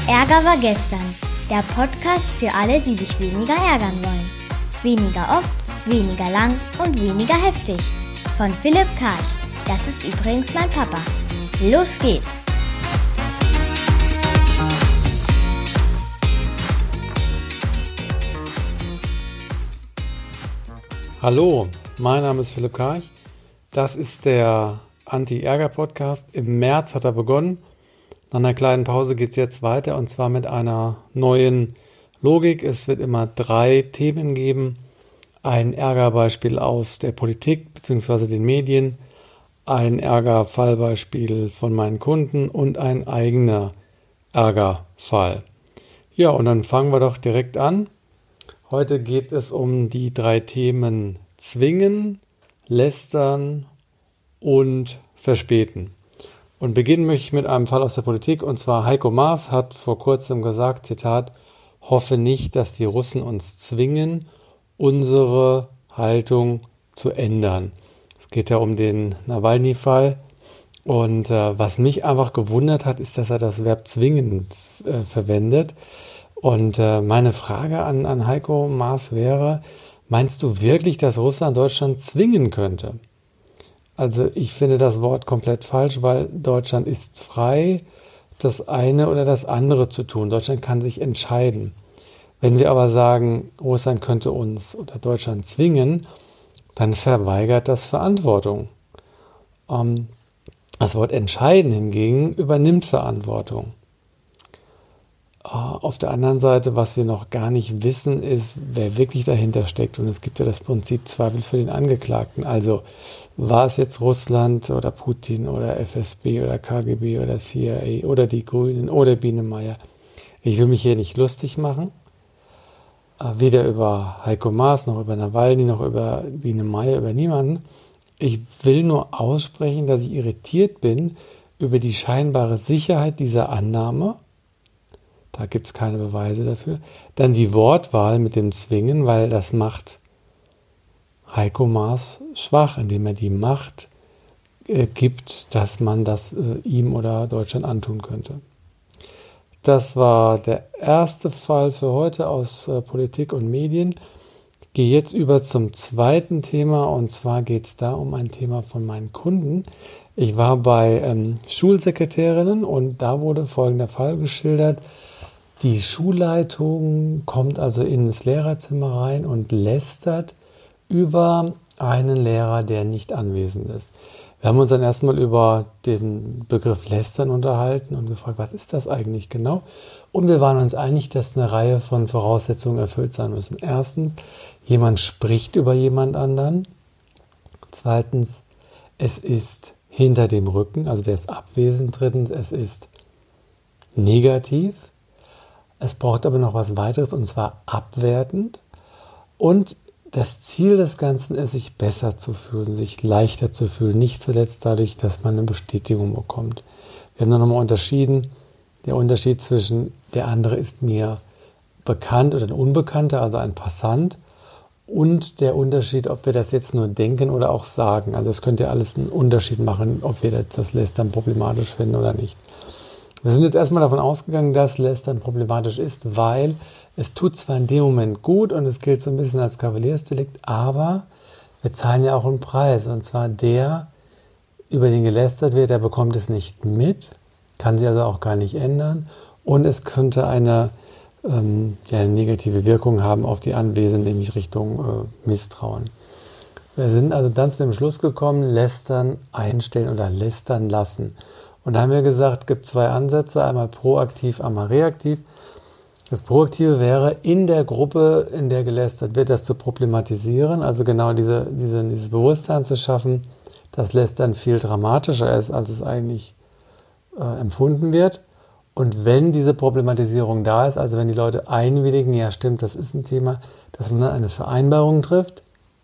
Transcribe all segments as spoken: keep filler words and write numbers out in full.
Ärger war gestern. Der Podcast für alle, die sich weniger ärgern wollen. Weniger oft, weniger lang und weniger heftig. Von Philipp Karch. Das ist übrigens mein Papa. Los geht's! Hallo, mein Name ist Philipp Karch. Das ist der Anti-Ärger-Podcast. Im März hat er begonnen. Nach einer kleinen Pause geht es jetzt weiter und zwar mit einer neuen Logik. Es wird immer drei Themen geben. Ein Ärgerbeispiel aus der Politik bzw. den Medien, ein Ärgerfallbeispiel von meinen Kunden und ein eigener Ärgerfall. Ja, und dann fangen wir doch direkt an. Heute geht es um die drei Themen Zwingen, Lästern und Verspäten. Und beginnen möchte ich mit einem Fall aus der Politik, und zwar Heiko Maas hat vor kurzem gesagt, Zitat, hoffe nicht, dass die Russen uns zwingen, unsere Haltung zu ändern. Es geht ja um den Nawalny-Fall. Und äh, was mich einfach gewundert hat, ist, dass er das Verb zwingen äh, verwendet. Und äh, meine Frage an, an Heiko Maas wäre, meinst du wirklich, dass Russland Deutschland zwingen könnte? Also ich finde das Wort komplett falsch, weil Deutschland ist frei, das eine oder das andere zu tun. Deutschland kann sich entscheiden. Wenn wir aber sagen, Russland könnte uns oder Deutschland zwingen, dann verweigert das Verantwortung. Ähm, das Wort entscheiden hingegen übernimmt Verantwortung. Auf der anderen Seite, was wir noch gar nicht wissen, ist, wer wirklich dahinter steckt. Und es gibt ja das Prinzip Zweifel für den Angeklagten. Also war es jetzt Russland oder Putin oder F S B oder K G B oder C I A oder die Grünen oder Biene Meier. Ich will mich hier nicht lustig machen. Weder über Heiko Maas, noch über Nawalny, noch über Biene Meier, über niemanden. Ich will nur aussprechen, dass ich irritiert bin über die scheinbare Sicherheit dieser Annahme. Da gibt es keine Beweise dafür. Dann die Wortwahl mit dem Zwingen, weil das macht Heiko Maas schwach, indem er die Macht äh, gibt, dass man das äh, ihm oder Deutschland antun könnte. Das war der erste Fall für heute aus äh, Politik und Medien. Ich gehe jetzt über zum zweiten Thema, und zwar geht es da um ein Thema von meinen Kunden. Ich war bei ähm, Schulsekretärinnen und da wurde folgender Fall geschildert. Die Schulleitung kommt also ins Lehrerzimmer rein und lästert über einen Lehrer, der nicht anwesend ist. Wir haben uns dann erstmal über den Begriff Lästern unterhalten und gefragt, was ist das eigentlich genau? Und wir waren uns einig, dass eine Reihe von Voraussetzungen erfüllt sein müssen. Erstens, jemand spricht über jemand anderen. Zweitens, es ist hinter dem Rücken, also der ist abwesend. Drittens, es ist negativ. Es braucht aber noch was weiteres, und zwar abwertend. Und das Ziel des Ganzen ist, sich besser zu fühlen, sich leichter zu fühlen. Nicht zuletzt dadurch, dass man eine Bestätigung bekommt. Wir haben dann nochmal unterschieden, der Unterschied zwischen der andere ist mir bekannt oder ein Unbekannter, also ein Passant, und der Unterschied, ob wir das jetzt nur denken oder auch sagen. Also es könnte ja alles einen Unterschied machen, ob wir jetzt das Lästern problematisch finden oder nicht. Wir sind jetzt erstmal davon ausgegangen, dass Lästern problematisch ist, weil es tut zwar in dem Moment gut und es gilt so ein bisschen als Kavaliersdelikt, aber wir zahlen ja auch einen Preis. Und zwar der, über den gelästert wird, der bekommt es nicht mit, kann sich also auch gar nicht ändern, und es könnte eine, ähm, ja, eine negative Wirkung haben auf die Anwesenden, nämlich Richtung äh, Misstrauen. Wir sind also dann zu dem Schluss gekommen, lästern einstellen oder lästern lassen. Und da haben wir gesagt, es gibt zwei Ansätze, einmal proaktiv, einmal reaktiv. Das Proaktive wäre, in der Gruppe, in der gelästert wird, das zu problematisieren, also genau diese, diese, dieses Bewusstsein zu schaffen, dass Lästern viel dramatischer ist, als es eigentlich äh, empfunden wird. Und wenn diese Problematisierung da ist, also wenn die Leute einwilligen, ja stimmt, das ist ein Thema, dass man dann eine Vereinbarung trifft,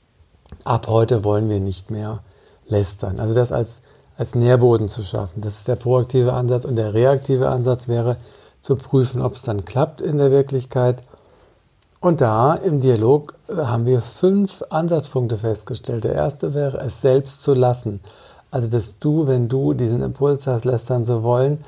ab heute wollen wir nicht mehr lästern. Also das als als Nährboden zu schaffen. Das ist der proaktive Ansatz, und der reaktive Ansatz wäre zu prüfen, ob es dann klappt in der Wirklichkeit. Und da im Dialog haben wir fünf Ansatzpunkte festgestellt. Der erste wäre, es selbst zu lassen. Also dass du, wenn du diesen Impuls hast, lästern zu wollen,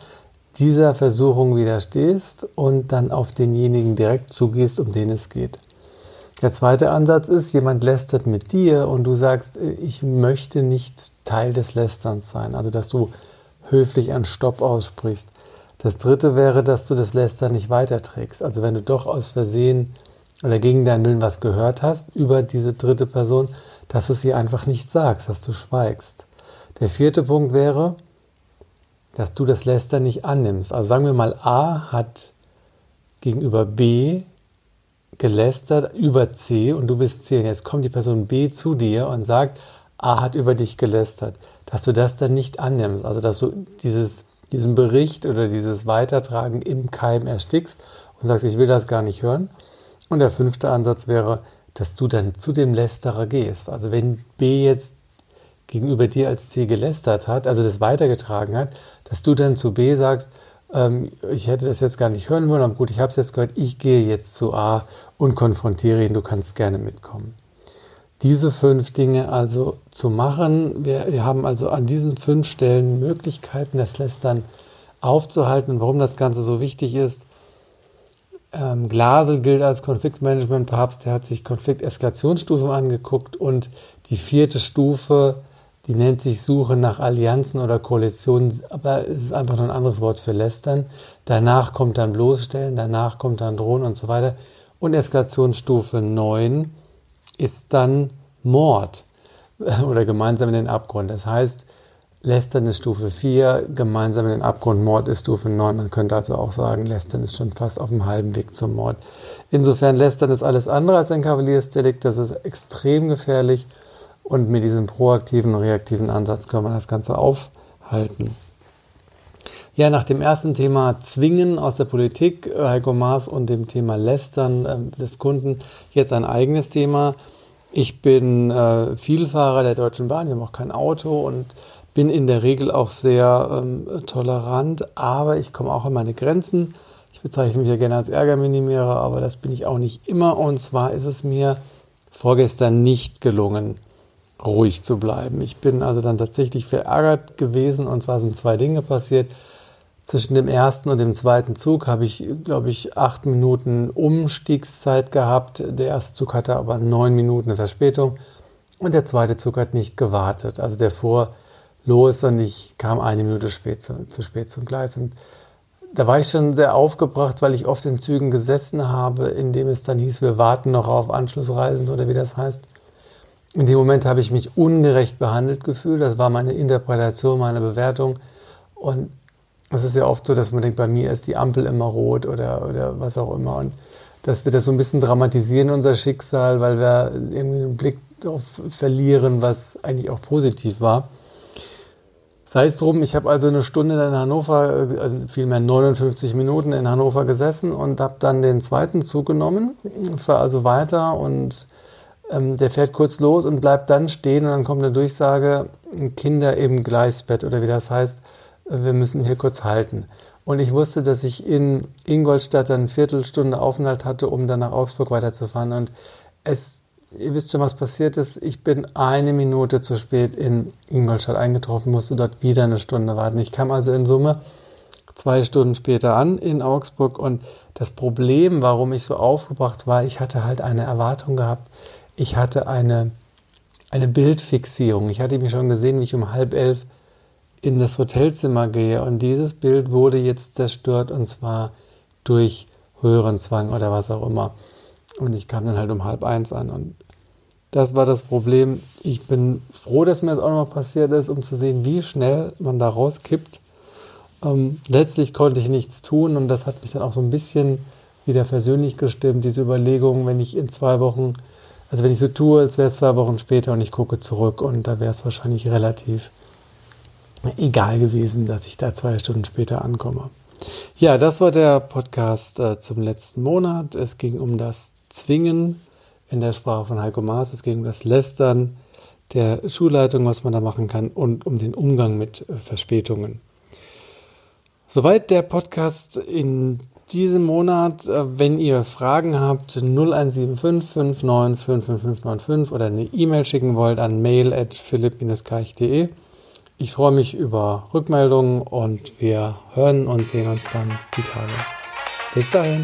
dieser Versuchung widerstehst und dann auf denjenigen direkt zugehst, um den es geht. Der zweite Ansatz ist, jemand lästert mit dir und du sagst, ich möchte nicht Teil des Lästerns sein, also dass du höflich einen Stopp aussprichst. Das dritte wäre, dass du das Lästern nicht weiterträgst. Also wenn du doch aus Versehen oder gegen deinen Willen was gehört hast über diese dritte Person, dass du sie einfach nicht sagst, dass du schweigst. Der vierte Punkt wäre, dass du das Lästern nicht annimmst. Also sagen wir mal, A hat gegenüber B gelästert über C und du bist C. Und jetzt kommt die Person B zu dir und sagt, A hat über dich gelästert. Dass du das dann nicht annimmst. Also dass du dieses, diesen Bericht oder dieses Weitertragen im Keim erstickst und sagst, ich will das gar nicht hören. Und der fünfte Ansatz wäre, dass du dann zu dem Lästerer gehst. Also wenn B jetzt gegenüber dir als C gelästert hat, also das weitergetragen hat, dass du dann zu B sagst, ähm, ich hätte das jetzt gar nicht hören wollen, aber gut, ich habe es jetzt gehört, ich gehe jetzt zu A und konfrontiere ihn, du kannst gerne mitkommen. Diese fünf Dinge also zu machen, wir, wir haben also an diesen fünf Stellen Möglichkeiten, das Lästern aufzuhalten. Und warum das Ganze so wichtig ist, ähm, Glasel gilt als Konfliktmanagement-Papst, der hat sich Konflikteskalationsstufen angeguckt und die vierte Stufe, die nennt sich Suche nach Allianzen oder Koalitionen, aber es ist einfach nur ein anderes Wort für Lästern. Danach kommt dann Bloßstellen, danach kommt dann Drohen und so weiter. Und Eskalationsstufe neun ist dann Mord oder gemeinsam in den Abgrund. Das heißt, Lästern ist Stufe vier, gemeinsam in den Abgrund, Mord ist Stufe neun. Man könnte also auch sagen, Lästern ist schon fast auf dem halben Weg zum Mord. Insofern, Lästern ist alles andere als ein Kavaliersdelikt, das ist extrem gefährlich. Und mit diesem proaktiven und reaktiven Ansatz können wir das Ganze aufhalten. Ja, nach dem ersten Thema Zwingen aus der Politik, Heiko Maas, und dem Thema Lästern äh, des Kunden, jetzt ein eigenes Thema. Ich bin äh, Vielfahrer der Deutschen Bahn, ich habe auch kein Auto und bin in der Regel auch sehr ähm, tolerant, aber ich komme auch an meine Grenzen. Ich bezeichne mich ja gerne als Ärgerminimierer, aber das bin ich auch nicht immer. Und zwar ist es mir vorgestern nicht gelungen, ruhig zu bleiben. Ich bin also dann tatsächlich verärgert gewesen und zwar sind zwei Dinge passiert. Zwischen dem ersten und dem zweiten Zug habe ich, glaube ich, acht Minuten Umstiegszeit gehabt. Der erste Zug hatte aber neun Minuten Verspätung und der zweite Zug hat nicht gewartet. Also der fuhr los und ich kam eine Minute spät zu, zu spät zum Gleis. Und da war ich schon sehr aufgebracht, weil ich oft in Zügen gesessen habe, in dem es dann hieß, wir warten noch auf Anschlussreisende oder wie das heißt. In dem Moment habe ich mich ungerecht behandelt gefühlt. Das war meine Interpretation, meine Bewertung. Und es ist ja oft so, dass man denkt, bei mir ist die Ampel immer rot oder, oder was auch immer. Und dass wir das so ein bisschen dramatisieren, unser Schicksal, weil wir irgendwie einen Blick darauf verlieren, was eigentlich auch positiv war. Sei es drum, ich habe also eine Stunde in Hannover, also vielmehr neunundfünfzig Minuten in Hannover gesessen und habe dann den zweiten Zug genommen, fahre also weiter und ähm, der fährt kurz los und bleibt dann stehen und dann kommt eine Durchsage, Kinder im Gleisbett oder wie das heißt, wir müssen hier kurz halten. Und ich wusste, dass ich in Ingolstadt eine Viertelstunde Aufenthalt hatte, um dann nach Augsburg weiterzufahren und es Ihr wisst schon, was passiert ist. Ich bin eine Minute zu spät in Ingolstadt eingetroffen, musste dort wieder eine Stunde warten. Ich kam also in Summe zwei Stunden später an in Augsburg. Und das Problem, warum ich so aufgebracht war, ich hatte halt eine Erwartung gehabt. Ich hatte eine, eine Bildfixierung. Ich hatte mich schon gesehen, wie ich um halb elf in das Hotelzimmer gehe. Und dieses Bild wurde jetzt zerstört, und zwar durch Röhrenzwang oder was auch immer. Und ich kam dann halt um halb eins an und das war das Problem. Ich bin froh, dass mir das auch noch passiert ist, um zu sehen, wie schnell man da rauskippt. Ähm, letztlich konnte ich nichts tun und das hat mich dann auch so ein bisschen wieder versöhnlich gestimmt, diese Überlegung, wenn ich in zwei Wochen, also wenn ich so tue, als wäre es zwei Wochen später und ich gucke zurück und da wäre es wahrscheinlich relativ egal gewesen, dass ich da zwei Stunden später ankomme. Ja, das war der Podcast äh, zum letzten Monat. Es ging um das Zwingen in der Sprache von Heiko Maas. Es ging um das Lästern der Schulleitung, was man da machen kann, und um den Umgang mit äh, Verspätungen. Soweit der Podcast in diesem Monat. Äh, wenn ihr Fragen habt, null eins sieben fünf fünf neun fünf fünf fünf neun fünf oder eine E-Mail schicken wollt an mail at philipp dash karch punkt de. Ich freue mich über Rückmeldungen und wir hören und sehen uns dann die Tage. Bis dahin.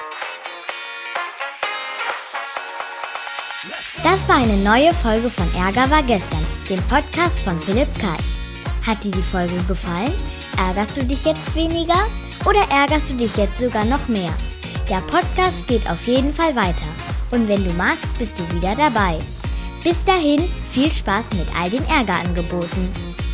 Das war eine neue Folge von Ärger war gestern, dem Podcast von Philipp Karch. Hat dir die Folge gefallen? Ärgerst du dich jetzt weniger oder ärgerst du dich jetzt sogar noch mehr? Der Podcast geht auf jeden Fall weiter und wenn du magst, bist du wieder dabei. Bis dahin, viel Spaß mit all den Ärgerangeboten.